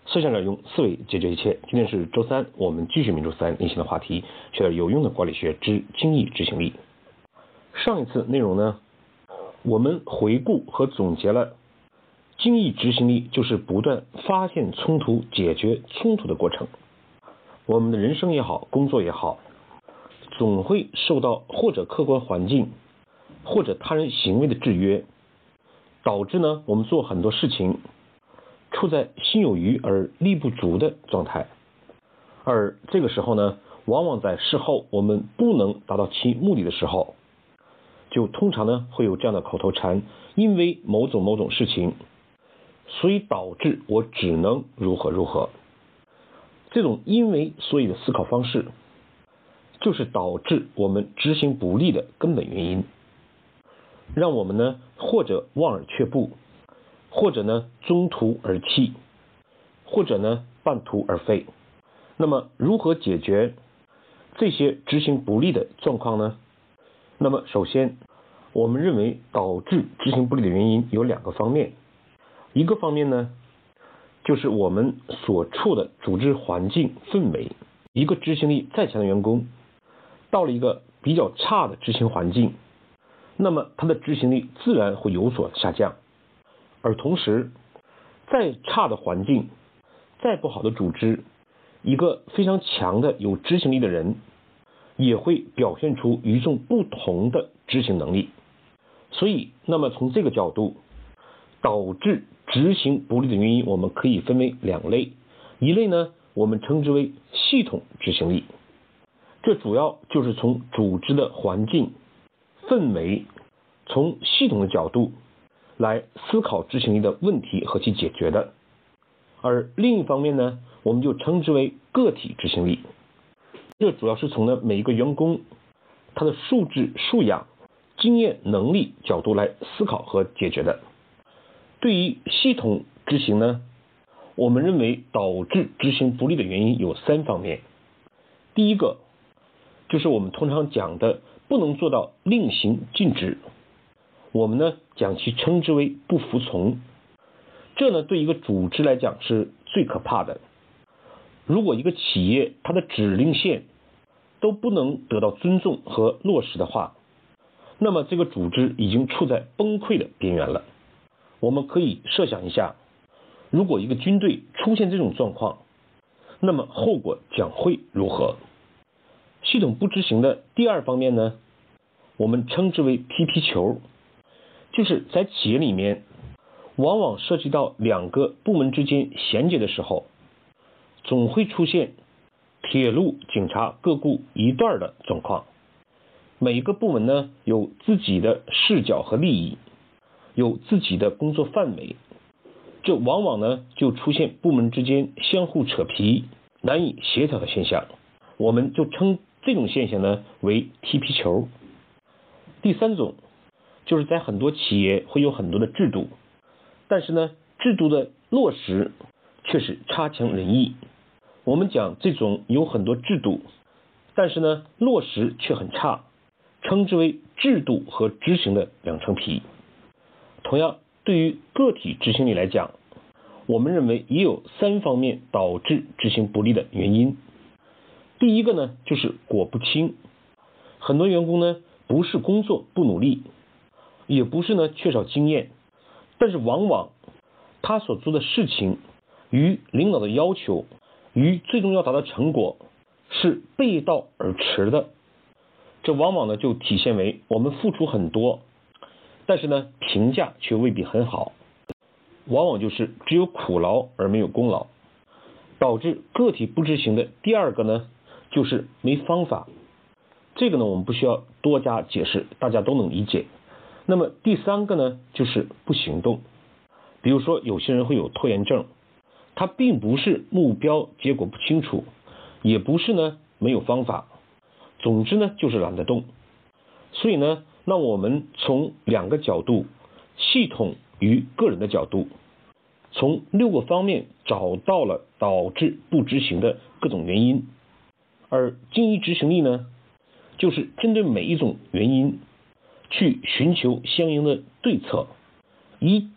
思想者用思维解决一切。今天是周三，我们继续每周三例行的话题，学点有用的管理学之精益执行力。上一次内容呢，我们回顾和总结了精益执行力就是不断发现冲突、解决冲突的过程。我们的人生也好，工作也好，总会受到或者客观环境或者他人行为的制约，导致呢我们做很多事情处在心有余而力不足的状态，而这个时候呢，往往在事后我们不能达到其目的的时候，就通常呢会有这样的口头禅：因为某种事情，所以导致我只能如何如何。这种因为所以的思考方式，就是导致我们执行不力的根本原因，让我们呢或者望而却步，或者呢中途而弃，或者呢半途而废。那么如何解决这些执行不力的状况呢？那么首先，我们认为导致执行不力的原因有两个方面。一个方面呢，就是我们所处的组织环境氛围。一个执行力再强的员工，到了一个比较差的执行环境，那么他的执行力自然会有所下降。而同时，再差的环境，再不好的组织，一个非常强的有执行力的人，也会表现出与众不同的执行能力。所以，那么从这个角度，导致执行不力的原因，我们可以分为两类。一类呢，我们称之为系统执行力，这主要就是从组织的环境、氛围，从系统的角度来思考执行力的问题和其解决的。而另一方面呢，我们就称之为个体执行力，这主要是从呢每一个员工他的素质、素养、经验、能力角度来思考和解决的。对于系统执行呢，我们认为导致执行不力的原因有三方面。第一个就是我们通常讲的不能做到令行禁止，我们呢将其称之为不服从。这呢对一个组织来讲是最可怕的。如果一个企业它的指令线都不能得到尊重和落实的话，那么这个组织已经处在崩溃的边缘了。我们可以设想一下，如果一个军队出现这种状况，那么后果将会如何？系统不执行的第二方面呢，我们称之为踢皮球，就是在企业里面往往涉及到两个部门之间衔接的时候，总会出现铁路、警察各顾一段的状况。每一个部门呢有自己的视角和利益，有自己的工作范围，这往往呢就出现部门之间相互扯皮、难以协调的现象。我们就称这种现象呢为踢皮球。第三种就是在很多企业会有很多的制度，但是呢制度的落实却是差强人意。我们讲这种有很多制度，但是呢落实却很差，称之为制度和执行的两层皮。同样，对于个体执行力来讲，我们认为也有三方面导致执行不力的原因。第一个呢就是果不清。很多员工呢不是工作不努力，也不是呢缺少经验，但是往往他所做的事情与领导的要求，与最终要达到成果是背道而驰的。这往往呢就体现为我们付出很多，但是呢评价却未必很好，往往就是只有苦劳而没有功劳。导致个体不执行的第二个呢就是没方法。这个呢我们不需要多加解释，大家都能理解。那么第三个呢就是不行动。比如说有些人会有拖延症，他并不是目标结果不清楚，也不是呢没有方法，总之呢就是懒得动。所以呢，那我们从两个角度，系统与个人的角度，从6个方面找到了导致不执行的各种原因。而精益执行力呢，就是针对每一种原因去寻求相应的对策，以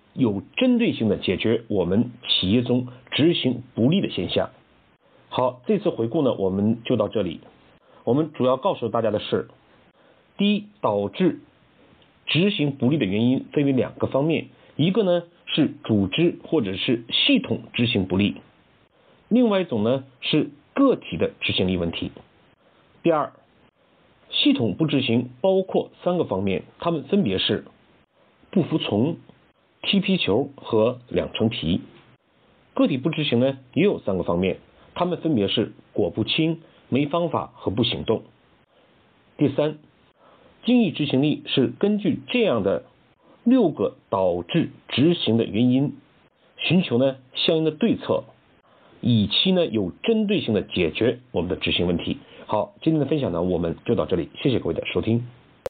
有针对性的解决我们企业中执行不力的现象。好，这次回顾呢，我们就到这里。我们主要告诉大家的是，第一，导致执行不力的原因分为2个方面，一个呢是组织或者是系统执行不力，另外一种呢是个体的执行力问题。第二，系统不执行包括3个方面，它们分别是不服从、踢皮球和2层皮。个体不执行呢也有3个方面，它们分别是果不轻、没方法和不行动。第三，精益执行力是根据这样的6个导致执行的原因，寻求呢相应的对策，以期呢有针对性的解决我们的执行问题。好，今天的分享呢我们就到这里，谢谢各位的收听。